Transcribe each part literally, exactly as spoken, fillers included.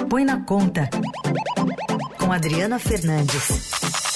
Põe na Conta, com Adriana Fernandes.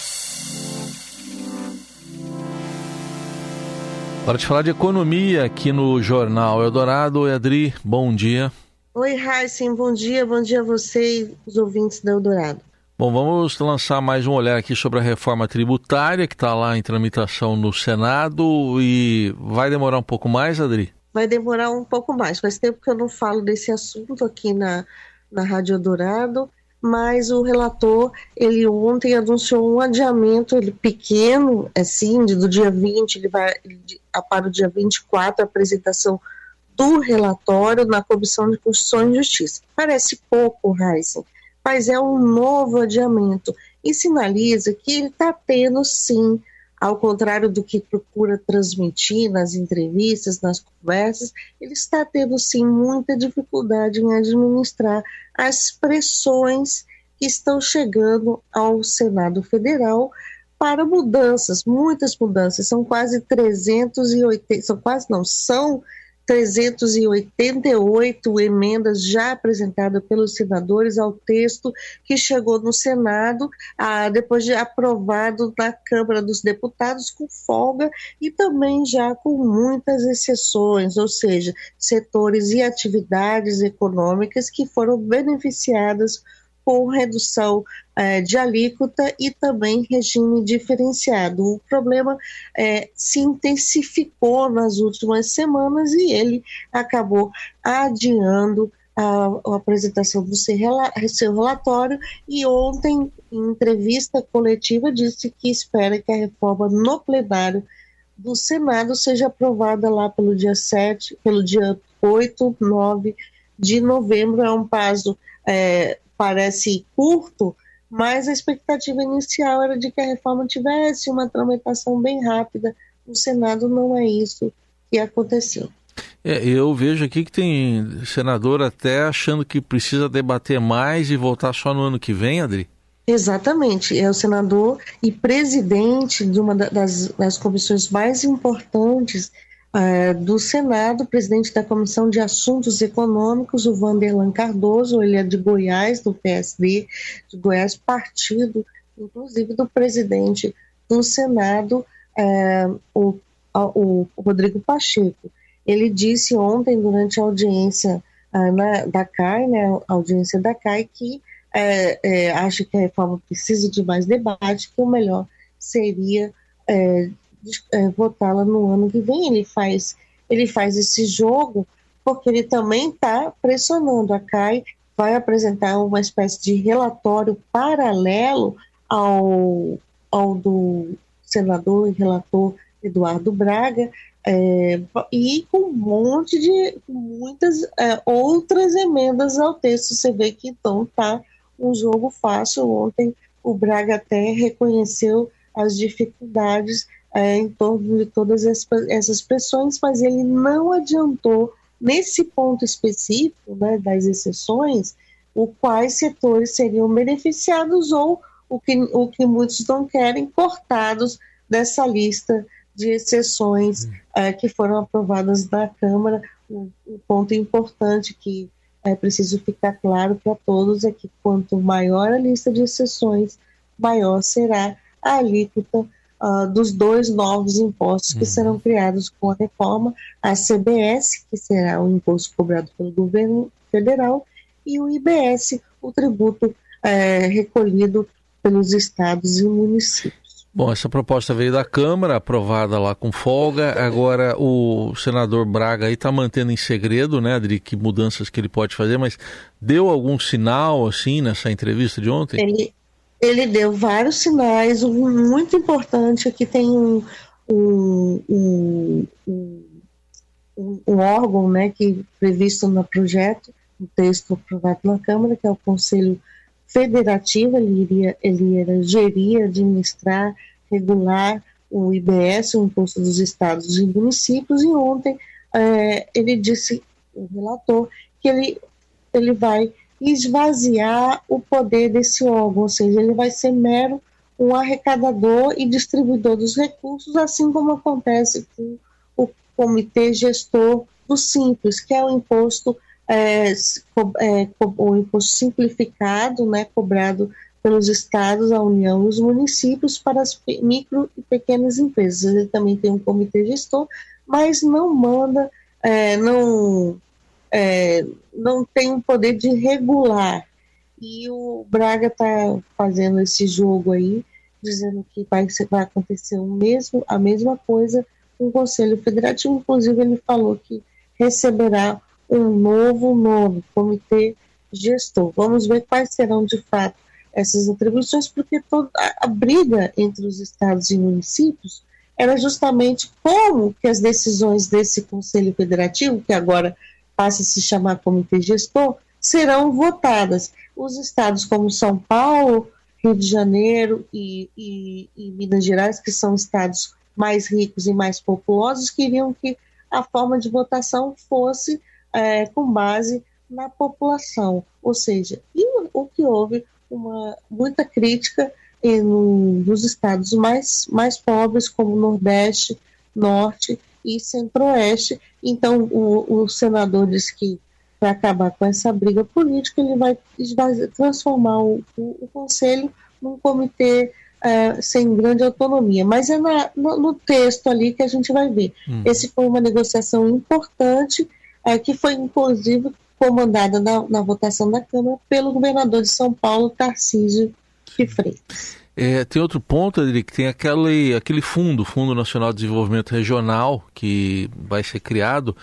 Hora de falar de economia aqui no Jornal Eldorado. Oi, Adri, bom dia. Oi, Raíssen, bom dia, bom dia a você e os ouvintes da Eldorado. Bom, vamos lançar mais um olhar aqui sobre a reforma tributária que está lá em tramitação no Senado e vai demorar um pouco mais, Adri? Vai demorar um pouco mais, faz tempo que eu não falo desse assunto aqui na, na Rádio Eldorado, mas o relator, ele ontem anunciou um adiamento ele, pequeno, assim, do dia vinte, ele vai para o dia vinte e quatro, a apresentação do relatório na Comissão de Constituição e Justiça. Parece pouco, Raíssen, mas é um novo adiamento e sinaliza que ele está tendo, sim, ao contrário do que procura transmitir nas entrevistas, nas conversas, ele está tendo, sim, muita dificuldade em administrar as pressões que estão chegando ao Senado Federal para mudanças, muitas mudanças, são quase trezentos e oitenta, são quase não, são trezentas e oitenta e oito emendas já apresentadas pelos senadores ao texto que chegou no Senado, ah, depois de aprovado na Câmara dos Deputados com folga e também já com muitas exceções, ou seja, setores e atividades econômicas que foram beneficiadas com redução eh, de alíquota e também regime diferenciado. O problema eh, se intensificou nas últimas semanas e ele acabou adiando a, a apresentação do seu, seu relatório e ontem, em entrevista coletiva, disse que espera que a reforma no plenário do Senado seja aprovada lá pelo dia sete, pelo dia oito, nove de novembro. É um prazo eh, parece curto, mas a expectativa inicial era de que a reforma tivesse uma tramitação bem rápida. No Senado não é isso que aconteceu. É, eu vejo aqui que tem senador até achando que precisa debater mais e voltar só no ano que vem, Adri? Exatamente, é o senador e presidente de uma das, das comissões mais importantes Uh, do Senado, presidente da Comissão de Assuntos Econômicos, o Vanderlan Cardoso. Ele é de Goiás, do P S D, de Goiás, partido, inclusive, do presidente do Senado, uh, o, o, o Rodrigo Pacheco. Ele disse ontem, durante a audiência uh, na, da C A I, né, a audiência da C A I, que uh, uh, acha que a reforma precisa de mais debate, que o melhor seria Uh, É, votá-la no ano que vem. Ele faz, ele faz esse jogo porque ele também está pressionando. A C A I vai apresentar uma espécie de relatório paralelo ao, ao do senador e relator Eduardo Braga, é, e com um monte de muitas é, outras emendas ao texto. Você vê que então está um jogo fácil. Ontem o Braga até reconheceu as dificuldades É, em torno de todas essas pressões, mas ele não adiantou, nesse ponto específico, né, das exceções, o quais setores seriam beneficiados ou o que, o que muitos não querem, cortados dessa lista de exceções é, que foram aprovadas na Câmara. Um, um ponto importante que é preciso ficar claro para todos é que quanto maior a lista de exceções, maior será a alíquota Uh, dos dois novos impostos que uhum. serão criados com a reforma: a C B S, que será o imposto cobrado pelo governo federal, e o I B S, o tributo é, recolhido pelos estados e municípios. Bom, essa proposta veio da Câmara, aprovada lá com folga. Agora o senador Braga aí está mantendo em segredo, né, Adri, que mudanças que ele pode fazer, mas deu algum sinal, assim, nessa entrevista de ontem? Ele Ele deu vários sinais. Um muito importante é que tem um, um, um, um, um órgão, né, que previsto no projeto, no texto aprovado na Câmara, que é o Conselho Federativo. Ele iria, ele iria gerir, administrar, regular o I B S, o Imposto dos Estados e Municípios, e ontem é, ele disse, o relator, que ele, ele vai esvaziar o poder desse órgão, ou seja, ele vai ser mero um arrecadador e distribuidor dos recursos, assim como acontece com o Comitê Gestor do Simples, que é o imposto é, é, o imposto simplificado, né, cobrado pelos estados, a União e os municípios para as micro e pequenas empresas. Ele também tem um comitê gestor, mas não manda, é, não, é, não tem o poder de regular. E o Braga está fazendo esse jogo aí, dizendo que vai, vai acontecer o mesmo, a mesma coisa com o Conselho Federativo. Inclusive, ele falou que receberá um novo nome, Comitê Gestor. Vamos ver quais serão, de fato, essas atribuições, porque toda a, a briga entre os estados e municípios era justamente como que as decisões desse Conselho Federativo, que agora passa a se chamar Comitê Gestor, serão votadas. Os estados como São Paulo, Rio de Janeiro e, e, e Minas Gerais, que são estados mais ricos e mais populosos, queriam que a forma de votação fosse é, com base na população. Ou seja, e o, o que houve uma, muita crítica em, no, nos estados mais, mais pobres, como Nordeste, Norte e Centro-Oeste. Então, o, o senador disse que para acabar com essa briga política, ele vai, ele vai transformar o, o, o Conselho num comitê uh, sem grande autonomia. Mas é na, no, no texto ali que a gente vai ver. Hum. Esse foi uma negociação importante, uh, que foi, inclusive, comandada na, na votação da Câmara pelo governador de São Paulo, Tarcísio de Freitas. É, tem outro ponto, Adri, que tem aquele, aquele fundo, Fundo Nacional de Desenvolvimento Regional, que vai ser criado.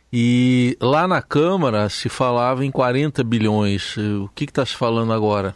E lá na Câmara se falava em quarenta bilhões. O que está se falando agora?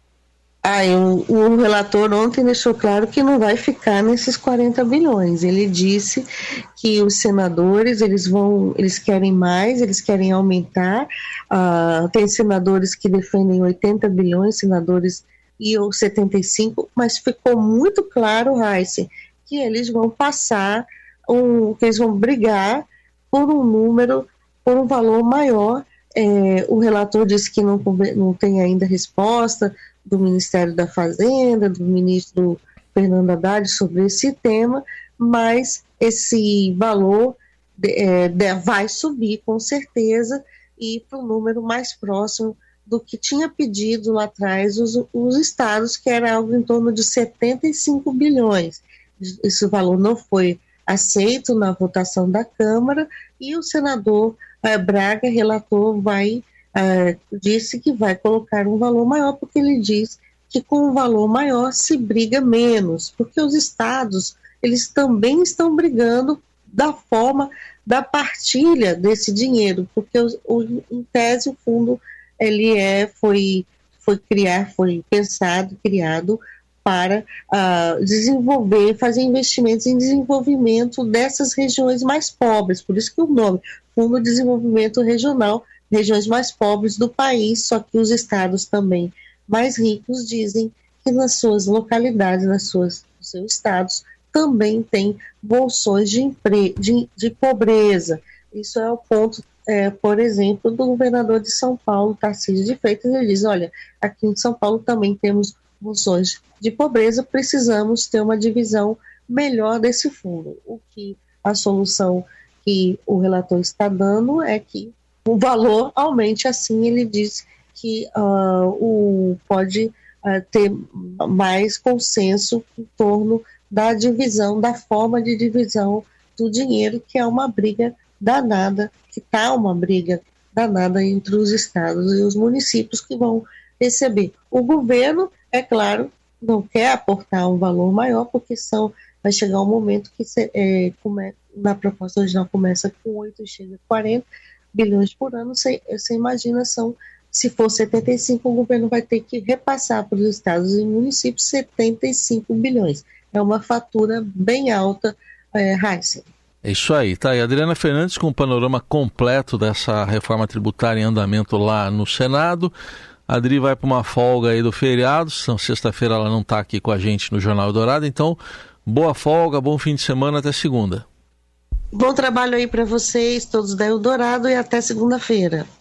Ah, o, o relator ontem deixou claro que não vai ficar nesses quarenta bilhões. Ele disse que os senadores, eles vão, eles querem mais, eles querem aumentar. Uh, tem senadores que defendem oitenta bilhões, senadores e ou setenta e cinco, mas ficou muito claro, Raíssa, que eles vão passar, um, que eles vão brigar por um número, por um valor maior. É, o relator disse que não, não tem ainda resposta do Ministério da Fazenda, do ministro Fernando Haddad sobre esse tema, mas esse valor é, de, vai subir com certeza e para um número mais próximo do que tinha pedido lá atrás os, os estados, que era algo em torno de setenta e cinco bilhões. Esse valor não foi aceito na votação da Câmara e o senador eh, Braga, relator, vai, eh, disse que vai colocar um valor maior, porque ele diz que com um valor maior se briga menos, porque os estados, eles também estão brigando da forma da partilha desse dinheiro, porque o, o, em tese o fundo ele é, foi, foi criar, foi pensado, criado para uh, desenvolver, fazer investimentos em desenvolvimento dessas regiões mais pobres, por isso que o nome, Fundo de Desenvolvimento Regional, regiões mais pobres do país, só que os estados também mais ricos dizem que nas suas localidades, nas suas, nos seus estados, também tem bolsões de, empre... de, de pobreza. Isso é o ponto, é, por exemplo, do governador de São Paulo, Tarcísio de Freitas. Ele diz, olha, aqui em São Paulo também temos bolsões de pobreza, precisamos ter uma divisão melhor desse fundo. O que a solução que o relator está dando é que o valor aumente, assim ele diz que uh, o, pode uh, ter mais consenso em torno da divisão, da forma de divisão do dinheiro, que é uma briga danada, que está uma briga danada entre os estados e os municípios que vão receber. O governo, é claro, não quer aportar um valor maior, porque são, vai chegar um momento que é, come, na proposta original começa com oito e chega a quarenta bilhões por ano. Você, você imagina, são, se for setenta e cinco, o governo vai ter que repassar para os estados e municípios setenta e cinco bilhões. É uma fatura bem alta, é, Raíssa. É isso aí, tá aí. Adriana Fernandes com o panorama completo dessa reforma tributária em andamento lá no Senado. A Adri vai para uma folga aí do feriado, sexta-feira ela não está aqui com a gente no Jornal Eldorado, então boa folga, bom fim de semana, até segunda. Bom trabalho aí para vocês, todos da Eldorado, e até segunda-feira.